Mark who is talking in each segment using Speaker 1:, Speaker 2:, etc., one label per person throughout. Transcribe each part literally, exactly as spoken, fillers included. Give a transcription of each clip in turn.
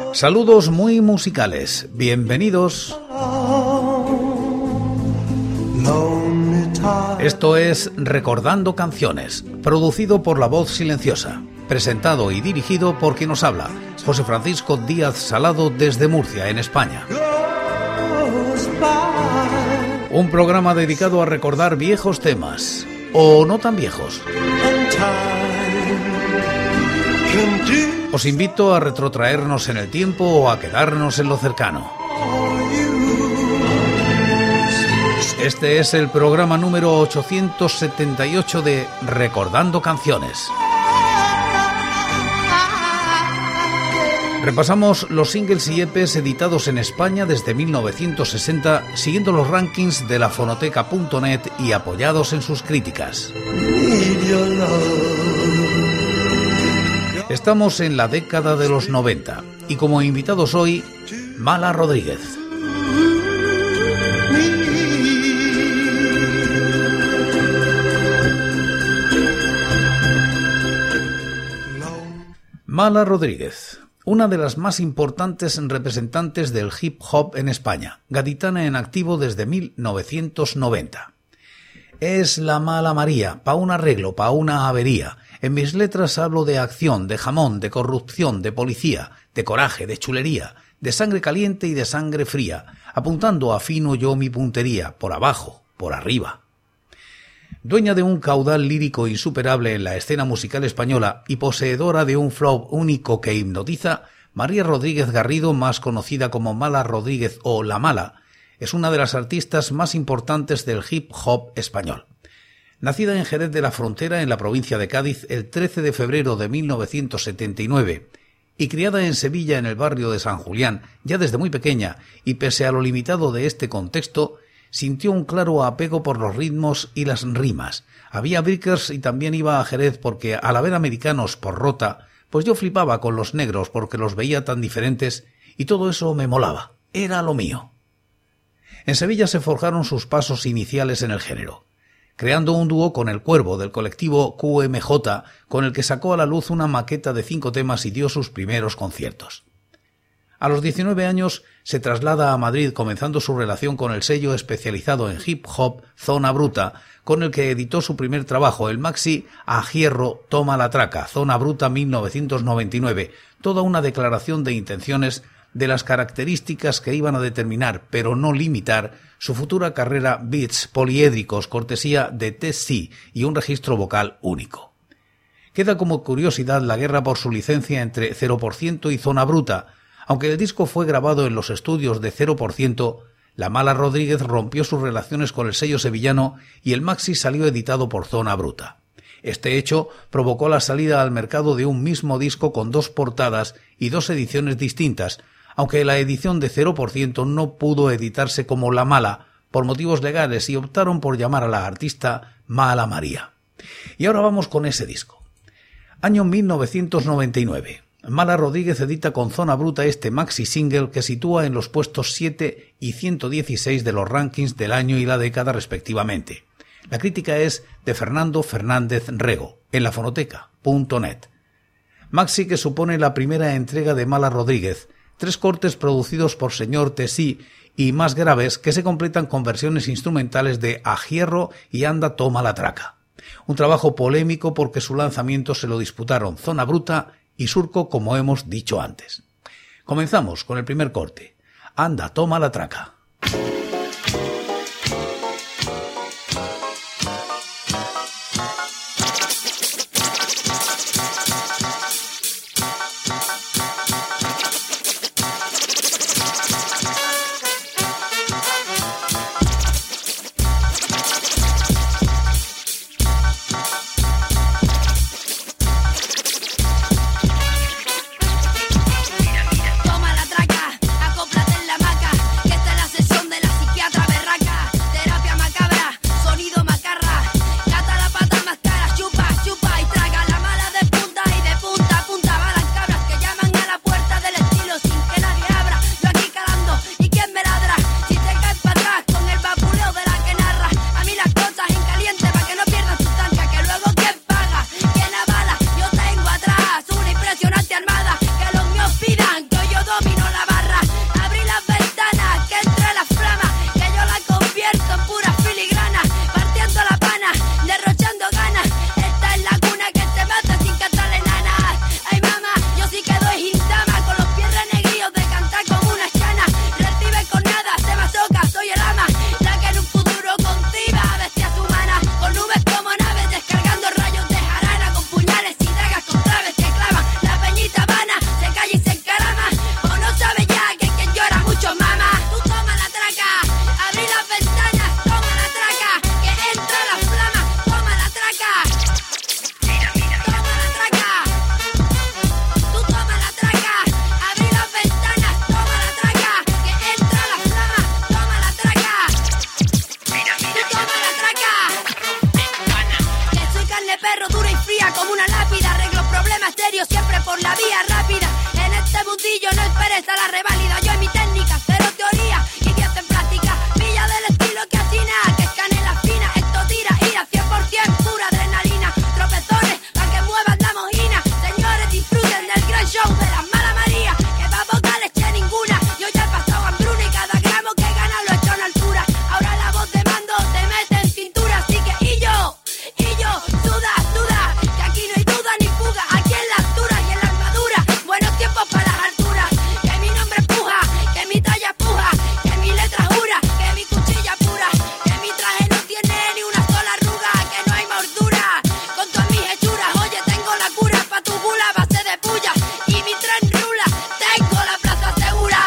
Speaker 1: Saludos muy musicales, bienvenidos. Esto es Recordando Canciones, producido por La Voz Silenciosa, presentado y dirigido por quien nos habla, José Francisco Díaz Salado desde Murcia, en España. Un programa dedicado a recordar viejos temas, o no tan viejos. Os invito a retrotraernos en el tiempo o a quedarnos en lo cercano. Este es el programa número ochocientos setenta y ocho de Recordando Canciones. Repasamos los singles y E Pes editados en España desde mil novecientos sesenta, siguiendo los rankings de la fonoteca punto net y apoyados en sus críticas. Estamos en la década de los noventa y como invitados hoy, Mala Rodríguez. Mala Rodríguez, una de las más importantes representantes del hip hop en España, gaditana en activo desde mil novecientos noventa. Es la mala María, pa' un arreglo, pa' una avería. En mis letras hablo de acción, de jamón, de corrupción, de policía, de coraje, de chulería, de sangre caliente y de sangre fría, apuntando afino yo mi puntería, por abajo, por arriba. Dueña de un caudal lírico insuperable en la escena musical española y poseedora de un flow único que hipnotiza, María Rodríguez Garrido, más conocida como Mala Rodríguez o La Mala, es una de las artistas más importantes del hip hop español. Nacida en Jerez de la Frontera, en la provincia de Cádiz, el trece de febrero de mil novecientos setenta y nueve, y criada en Sevilla, en el barrio de San Julián, ya desde muy pequeña, y pese a lo limitado de este contexto, sintió un claro apego por los ritmos y las rimas. Había breakers y también iba a Jerez porque, al haber americanos por rota, pues yo flipaba con los negros porque los veía tan diferentes y todo eso me molaba. Era lo mío. En Sevilla se forjaron sus pasos iniciales en el género, creando un dúo con El Cuervo del colectivo Q M J, con el que sacó a la luz una maqueta de cinco temas y dio sus primeros conciertos. A los diecinueve años se traslada a Madrid, comenzando su relación con el sello especializado en hip hop Zona Bruta, con el que editó su primer trabajo, el maxi A Hierro Toma la Traca, Zona Bruta mil novecientos noventa y nueve, toda una declaración de intenciones de las características que iban a determinar, pero no limitar, su futura carrera beats poliédricos, cortesía de T C y un registro vocal único. Queda como curiosidad la guerra por su licencia entre cero por ciento y Zona Bruta. Aunque el disco fue grabado en los estudios de cero por ciento, La Mala Rodríguez rompió sus relaciones con el sello sevillano y el maxi salió editado por Zona Bruta. Este hecho provocó la salida al mercado de un mismo disco con dos portadas y dos ediciones distintas, aunque la edición de cero por ciento no pudo editarse como La Mala por motivos legales y optaron por llamar a la artista Mala María. Y ahora vamos con ese disco. Año mil novecientos noventa y nueve. Mala Rodríguez edita con Zona Bruta este maxi single que sitúa en los puestos siete y ciento dieciséis de los rankings del año y la década respectivamente. La crítica es de Fernando Fernández Rego, en la fonoteca punto net. Maxi que supone la primera entrega de Mala Rodríguez, tres cortes producidos por Señor Tesí y más graves que se completan con versiones instrumentales de A Hierro y Anda Toma la Traca. Un trabajo polémico porque su lanzamiento se lo disputaron Zona Bruta y Surco, como hemos dicho antes. Comenzamos con el primer corte. Anda, toma la traca.
Speaker 2: Toma la traca, acóplate en la maca, que esta es la sencillo, no esperes a la reválida. Yo en mi técnica, cero teoría y que hacen práctica. Pilla del estilo que asina, que es canela fina. Esto tira ira, cien por cien pura adrenalina. Tropezones, pa' que muevan la mojina. Señores, disfruten del gran show de las Mala María. Que pa' poca leche ninguna. Yo ya he pasado hambruna y cada gramo que he ganado lo he hecho en altura. Ahora la voz de mando te mete en cintura. Así que y yo, y yo, suda, suda. Que aquí no hay duda ni fuga. Aquí en la altura y en la armadura. Buenos tiempos para las alturas. Que mi nombre puja, que mi talla puja. Que mi letra jura, que mi cuchilla pura. Que mi traje no tiene ni una sola arruga. Que no hay mordura. Con todas mis hechuras, oye, tengo la cura pa' tu gula a base de puya. Y mi tren rula, tengo la plaza segura.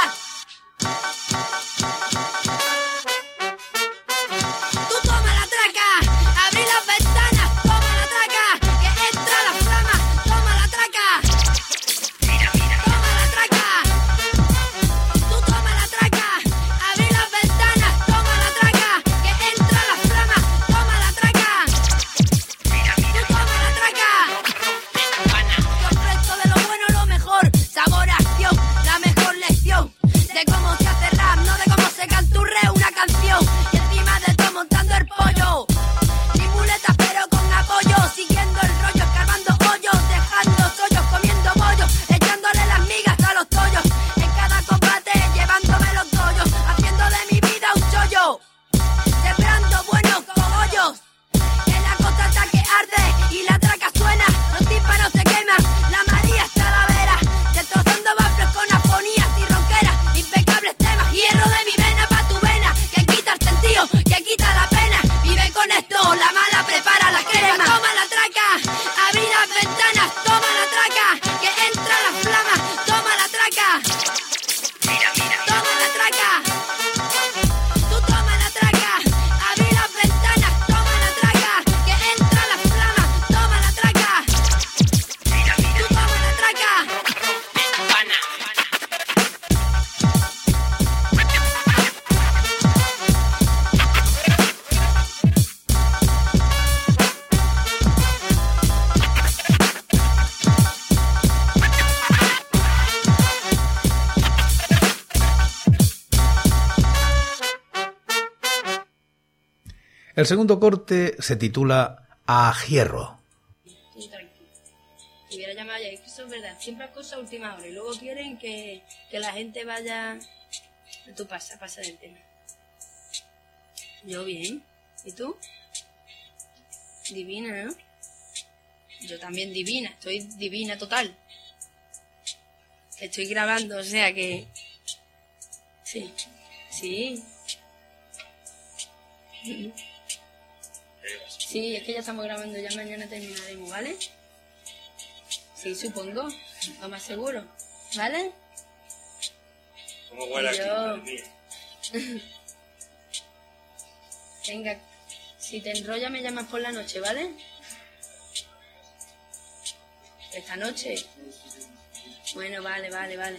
Speaker 2: Tú toma la traca, abrí las ventanas, toma la traca, que entra la flama, toma la traca. Toma la traca. Tú toma la traca, abrí las ventanas, toma la traca, que entra la flama, toma la traca. Tú toma la traca. Yo ofrezco de lo bueno lo mejor, sabor a acción, la mejor lección de cómo se hace rap, no de cómo se canturre una canción. Y encima de todo montando el pollo, sin muletas pero con apoyo, siguiendo el rollo, escarbando hoyos, dejando sollos, comiendo bollos, echándole las migas a los tollos. En cada combate llevándome los tollos, haciendo de mi vida un chollo, sembrando buenos cogollos. Que la cosa está que arde y la traca suena, los tímpanos se queman, la María está a la vera, destrozando bafles con afonías y ronqueras, impecables temas, hierro de mi vena pa' tu vena, que quita el sentido, que quita la pena, vive con esto, la mala prepara la crema. Toma la traca, abrí las ventanas, toma la traca, que entra la flama, toma la traca. Toma la traca. Tú toma la traca, abrí las ventanas, toma la traca, que entra la flama, toma la traca. Tú toma la traca.
Speaker 1: El segundo corte se titula A Hierro.
Speaker 3: Tú tranquilo. Si hubiera llamado ya, es que eso es verdad. Siempre hay cosas a última hora y luego quieren que, que la gente vaya. Tú pasa, pasa del tema. Yo bien. ¿Y tú? Divina, ¿no? Yo también divina. Estoy divina total. Estoy grabando, o sea que. Sí. Sí. Sí, es que ya estamos grabando, ya mañana terminaremos, ¿vale? Sí, supongo, lo más seguro, ¿vale?
Speaker 4: ¿Cómo huele
Speaker 3: Yo...
Speaker 4: aquí?
Speaker 3: Venga, si te enrolla me llamas por la noche, ¿vale? ¿Esta noche? Bueno, vale, vale, vale.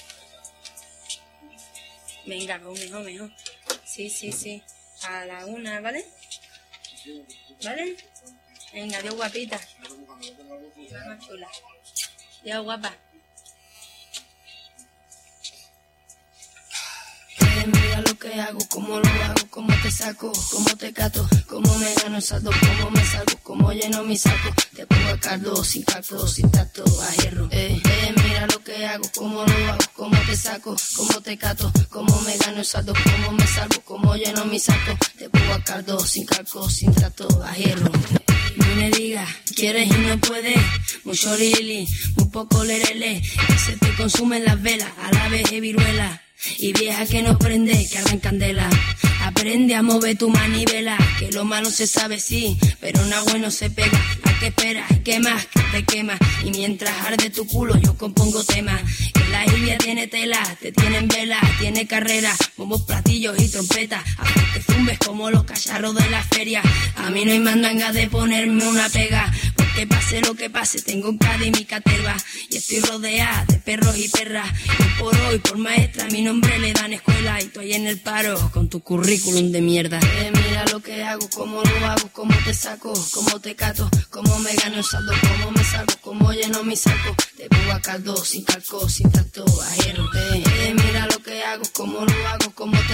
Speaker 3: Venga, pues mejor, mejor. Sí, sí, sí. A la una, ¿vale? ¿Vale? Venga, adiós, guapita. La más chula. Adiós, guapa.
Speaker 2: Eh, mira lo que hago, cómo lo hago, cómo te saco, cómo te cato, cómo me gano el saldo, cómo me salgo, cómo lleno mi saco. Te pongo a caldo, sin calco, sin tacto, a hierro. Eh, eh, mira lo que hago, cómo lo hago, cómo te saco, cómo te cato, cómo me gano el saldo, cómo me salgo, cómo lleno mi saco. Te pongo a caldo, sin calco, sin tacto, a hierro. No me digas, quieres y no puedes, mucho lili, muy poco lerele, que se te consumen las velas, a la vez de viruela. Y vieja que no prende, que arden candela. Aprende a mover tu manivela, que lo malo se sabe sí, pero nada bueno se pega. ¿A qué esperas? ¿Qué más? Que te quema. Y mientras arde tu culo yo compongo temas. Que la Ilvia tiene tela, te tienen vela, tiene carrera, bombos, platillos y trompetas. Hasta que zumbes como los cacharros de la feria. A mí no hay mandanga de ponerme una pega, porque pase lo que pase tengo un Cádiz y mi caterva. Y estoy rodeada de perros y perras. Y por hoy, por maestra, mi nombre le dan escuela. Y tú ahí en el paro con tu currículum de mierda. Eh, mira lo que hago, cómo lo hago, cómo te saco, cómo te cato, cómo me gano el saldo, cómo me salgo, cómo lleno mi saco. Te pongo a caldo, sin calco, sin tacto, a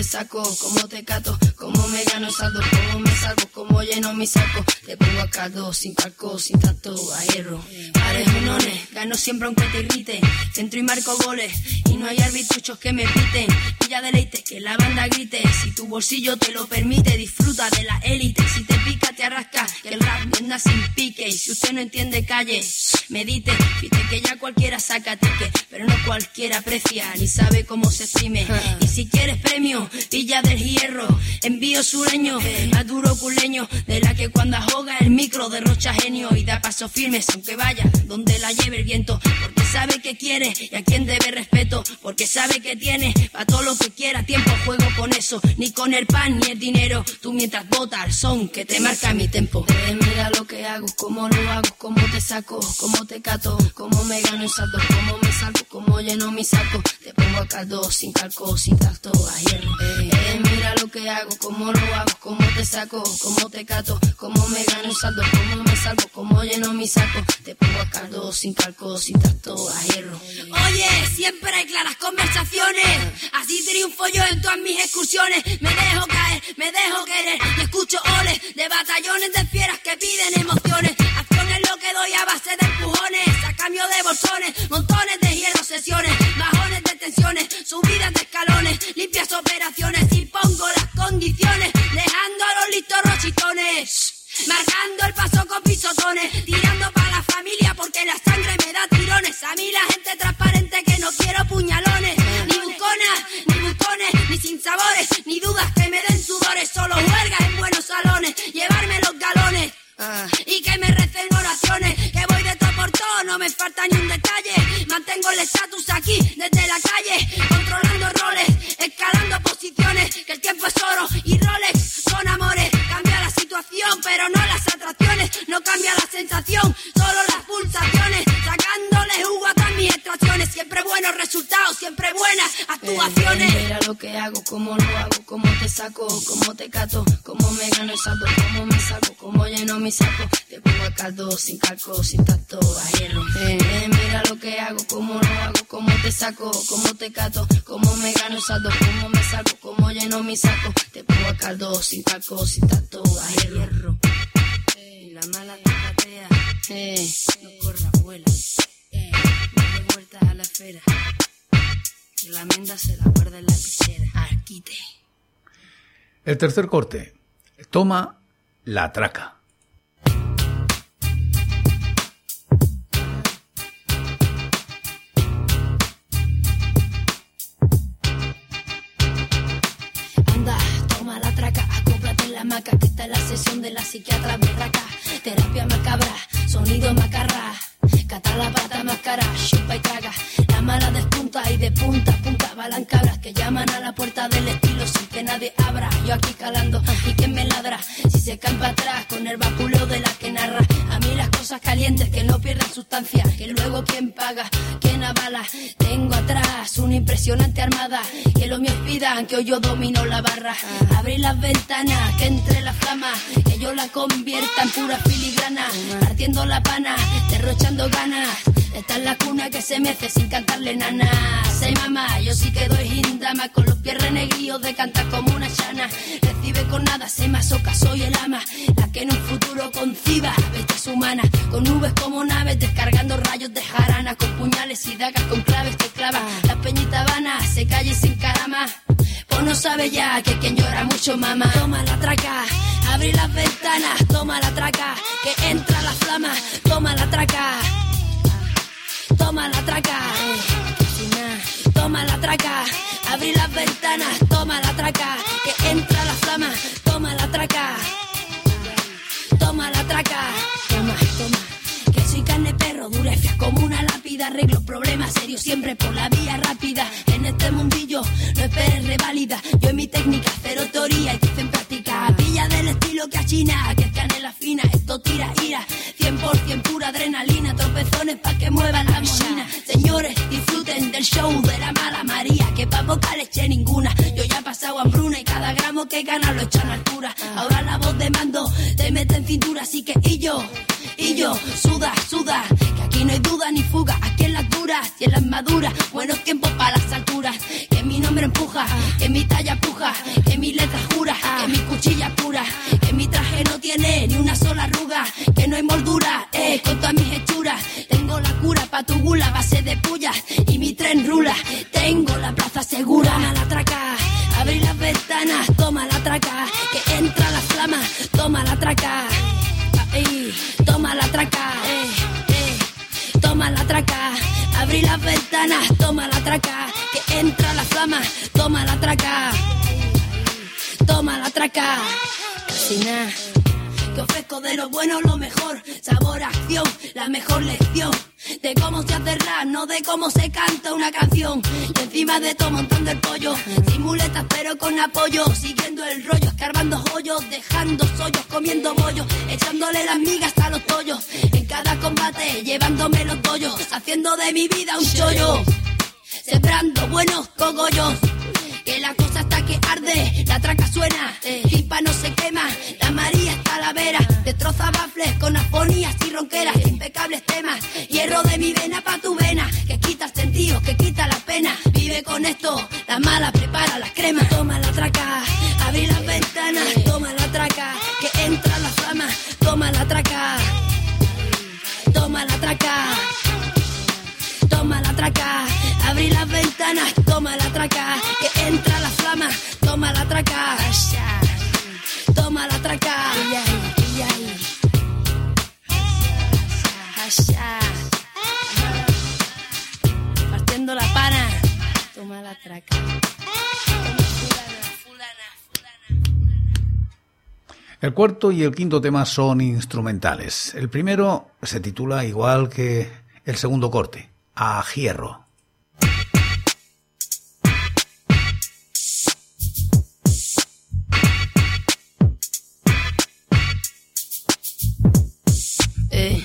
Speaker 3: te saco, cómo te cato, cómo me gano el saldo, cómo me salgo, cómo lleno mi saco. Te pongo a caldo, sin calco, sin tacto, a hierro. Pares unones, gano siempre aunque te irrite. Centro y marco goles, y no hay arbitruchos que me piten. Pilla deleite, que la banda grite. Si tu bolsillo te lo permite, disfruta de la élite. Si te pica, te arrasca, que el rap anda sin pique. Y si usted no entiende, calle, medite. Viste que ya cualquiera saca tique, pero no cualquiera aprecia, ni sabe cómo se exprime. Y si quieres premio, pilla del hierro. Envío sureño, más duro culeño, de la que cuando ahoga el micro derrocha genio. Y da pasos firmes, aunque vaya donde la lleve el viento. Porque sabe que quiere y a quien debe respeto. Porque sabe que tiene pa' todo lo que quiera. Tiempo juego con eso, ni con el pan ni el dinero. Tú mientras botas al son que te marca mi tempo. Eh, mira lo que hago, cómo lo hago, cómo te saco, cómo te cato, cómo me gano el salto, cómo me salgo, cómo lleno mi saco. Te pongo a caldo, sin calco, sin tacto, a hierro. Eh, eh, mira lo que hago, cómo lo hago, cómo te saco, cómo te cato, cómo me gano el saldo, cómo me salgo, cómo lleno mi saco. Te pongo a caldo, sin calco, sin tacto, a hierro.
Speaker 2: Oye, siempre hay claras conversaciones, así triunfo yo en todas mis excursiones. Me dejo caer, me dejo querer y escucho oles de batallones de fieras que piden emociones. Acciones lo que doy a base de empujones, a cambio de bolsones, montones de hierro, sesiones, bajones de tensiones, subidas de escalones, limpias operaciones y pongo las condiciones, dejando a los listos rochitones. Marcando el paso con pisotones, tirando pa' la familia porque la sangre me da tirones. A mí la gente transparente que no quiero puñalones, ni buconas, ni bucones, ni sinsabores, ni dudas que me den sudores. Solo huelgas en buenos salones, llevarme los galones y que me recen oraciones. Que voy de todo por todo, no me falta ni un detalle. Mantengo el estatus aquí desde la calle, controlando roles, escalando posiciones. Que el tiempo es oro y Rolex son amores. Cambia la situación, pero no las atracciones. No cambia la sensación, solo las pulsaciones. Sacándole jugo a todas mis extracciones. Siempre buenos resultados, siempre buenas actuaciones.
Speaker 3: Eh, eh, mira lo que hago, cómo lo hago, cómo te saco, cómo te cato, cómo me gano el salto, cómo me saco, cómo lleno mi saco. Te pongo a caldo, sin calco, sin tacto, a hierro. Eh, eh, mira lo que hago, cómo lo hago, cómo te saco, cómo te cato, cómo me gano el salto, cómo me saco, cómo lleno mi saco. Te pongo a caldo, sin calco, sin tacto, a hierro. Eh, la mala te patea, eh, no corra, vuela, eh, dale vueltas a la esfera. Que la menda se la guarda en la pechera. Arquite.
Speaker 1: El tercer corte. Toma la traca.
Speaker 3: Anda, toma la traca, acóplate en la hamaca, que está en la sesión de la psiquiatra berraca. Terapia macabra, sonido macarra. Cata la pata máscara, chupa y traga. La mala despunta y de punta a punta balan cabras que llaman a la puerta del estilo sin que nadie abra. Yo aquí calando y quien me ladra. Si se caen para atrás con el vapuleo de la que narra. A mí las cosas calientes que no pierdan sustancia. Que luego quien paga, quien avala. Tengo atrás una impresionante armada. Que lo mío pidan que hoy yo domino la barra. Abrir las ventanas, que entre la flama. Que yo la convierta en pura filigrana. Partiendo la pana, derrochando ganas. Esta es la cuna que se mece sin cantarle nana. Say mamá, yo sí que doy hindama. Con los pies renegríos de cantar como una chana. Recibe con nada, se masoca, soy el ama. La que en un futuro conciba bestias humanas. Con nubes como naves, descargando rayos de jarana. Con puñales y dagas, con claves que clavan. Las peñitas vanas, se calle sin carama. Pues no sabe ya que quien llora mucho mama. Toma la traca, abre las ventanas. Toma la traca, que entra la flama. Toma la traca. Toma la traca, toma la traca, abrí las ventanas, toma la traca, que entra la flama, toma la traca, toma la traca, toma, toma, que soy carne perro, durefia como una lápida, arreglo problemas serios siempre por la vía rápida, en este mundillo no esperes reválida, yo en mi técnica cero teoría y dicen práctica, pilla del estilo que achina, que es canela fina, esto tira ira, cien por cien pura adrenalina, tropezones pa' que muevan la mochina. Señores, disfruten del show de la mala María, que pa' poca leche ninguna. Yo ya he pasado hambruna y cada gramo que gana lo echan a altura. Ahora la voz de mando te mete en cintura, así que y yo, y yo, suda, suda, que aquí no hay duda ni fuga, aquí en las duras y en las maduras, buenos tiempos para las alturas, que mi nombre empuja, que mi talla puja,
Speaker 2: tengo la plaza segura. Toma la traca, abrir las ventanas, toma la traca, que entra la flama, toma la traca, ay, toma la traca, eh, eh, toma la traca, abrir las ventanas, toma la traca, que entra la flama, toma la traca, toma la traca, casi nada. Que ofrezco de lo bueno lo mejor, sabor, acción, la mejor lección de cómo se hace rap, no de cómo se canta una canción. Y encima de todo montando el pollo, sin muletas pero con apoyo, siguiendo el rollo, escarbando hoyos, dejando sollos, comiendo bollos, echándole las migas a los tollos, en cada combate llevándome los tollos, haciendo de mi vida un chollo, sembrando buenos cogollos. Que la cosa está que arde, la traca suena, Pipa no se quema, la María está a la vera, destroza bafles con afonías y ronqueras, impecables temas, hierro de mi vena pa' tu vena, que quita el sentido, que quita la pena, vive con esto, la mala prepara las cremas, toma la traca, abrí las ventanas, toma la traca, que entra la flama, toma la traca, toma la traca. Toma la traca, abrí las ventanas, toma la traca, que entra la flama, toma la traca, toma la traca, partiendo la pana, toma la traca.
Speaker 1: El cuarto y el quinto tema son instrumentales. El primero se titula igual que el segundo corte, A Hierro.
Speaker 2: Eh.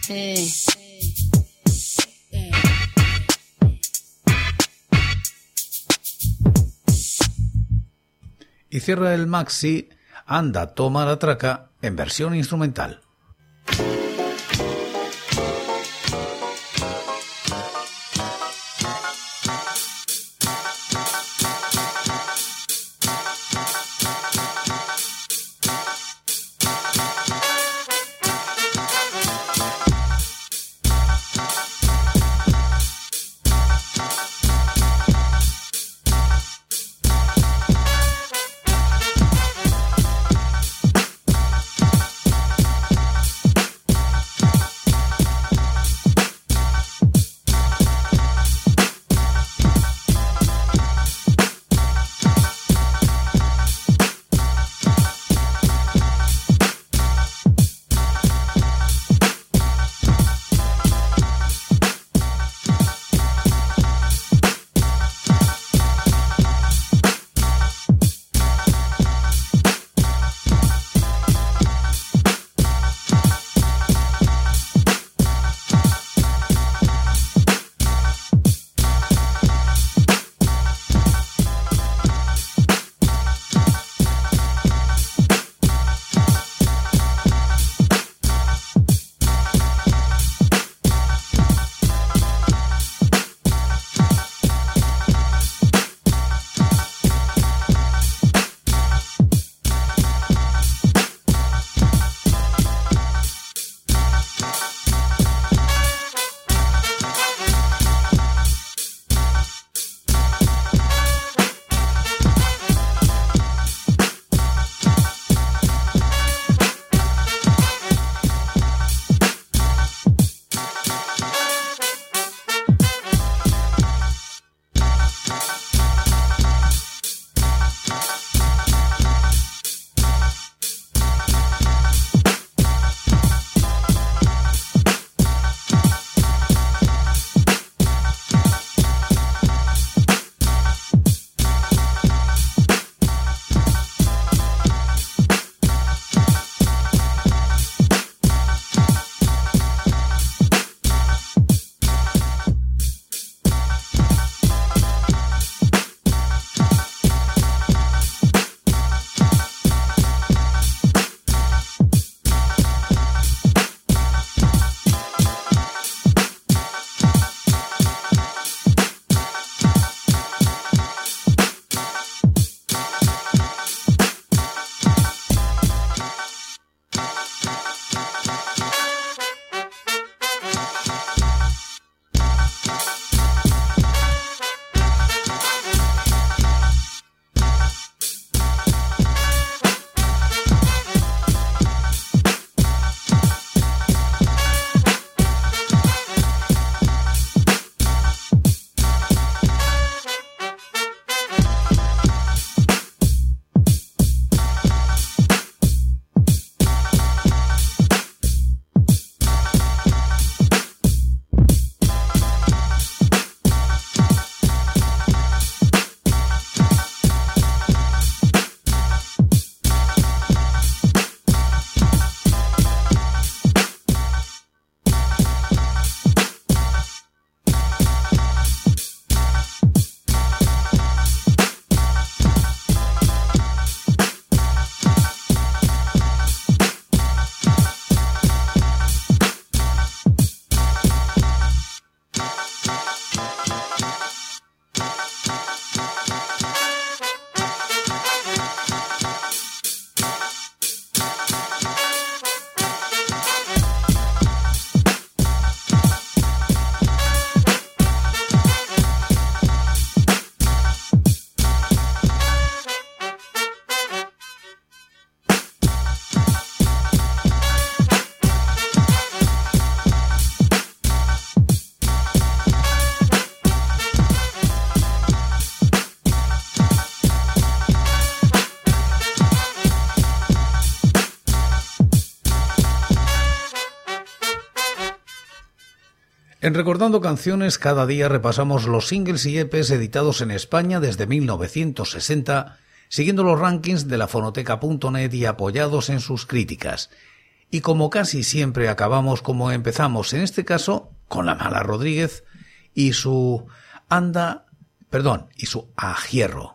Speaker 3: Eh.
Speaker 1: Y cierra el maxi Anda, toma la traca en versión instrumental. En Recordando Canciones, cada día repasamos los singles y E Pes editados en España desde mil novecientos sesenta, siguiendo los rankings de la fonoteca punto net y apoyados en sus críticas. Y como casi siempre acabamos como empezamos, en este caso con la Mala Rodríguez y su anda, perdón, y su ajierro.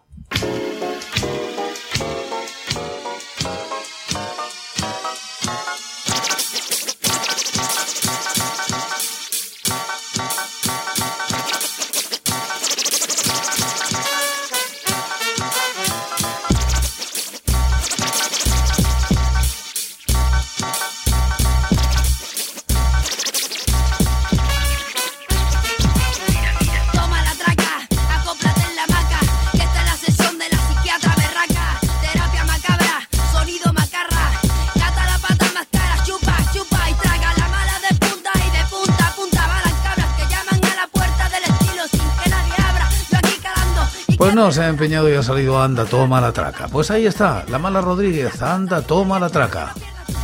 Speaker 1: Pues no se ha empeñado y ha salido anda, toma la traca. Pues ahí está, la Mala Rodríguez, anda, toma la traca.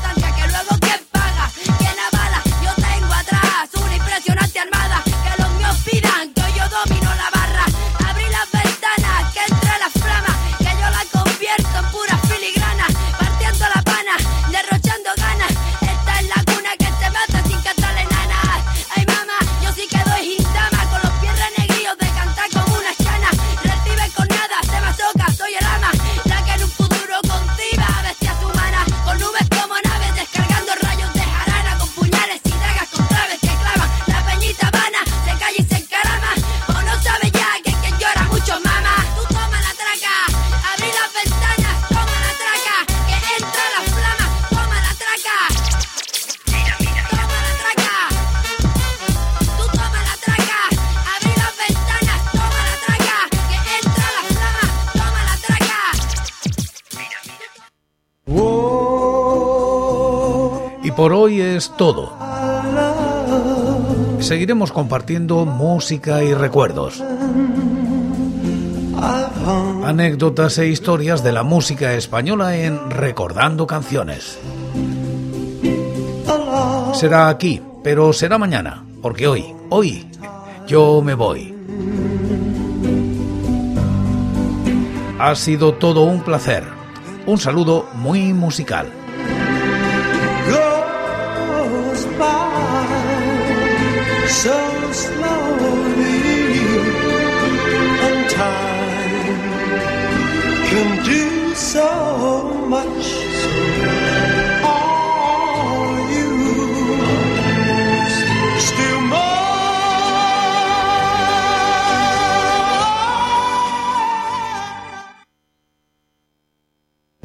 Speaker 1: Por hoy es todo. Seguiremos compartiendo música y recuerdos, anécdotas e historias de la música española en Recordando Canciones. Será aquí, pero será mañana, porque hoy, hoy, yo me voy. Ha sido todo un placer. Un saludo muy musical.
Speaker 5: So slowly, and time can do so much.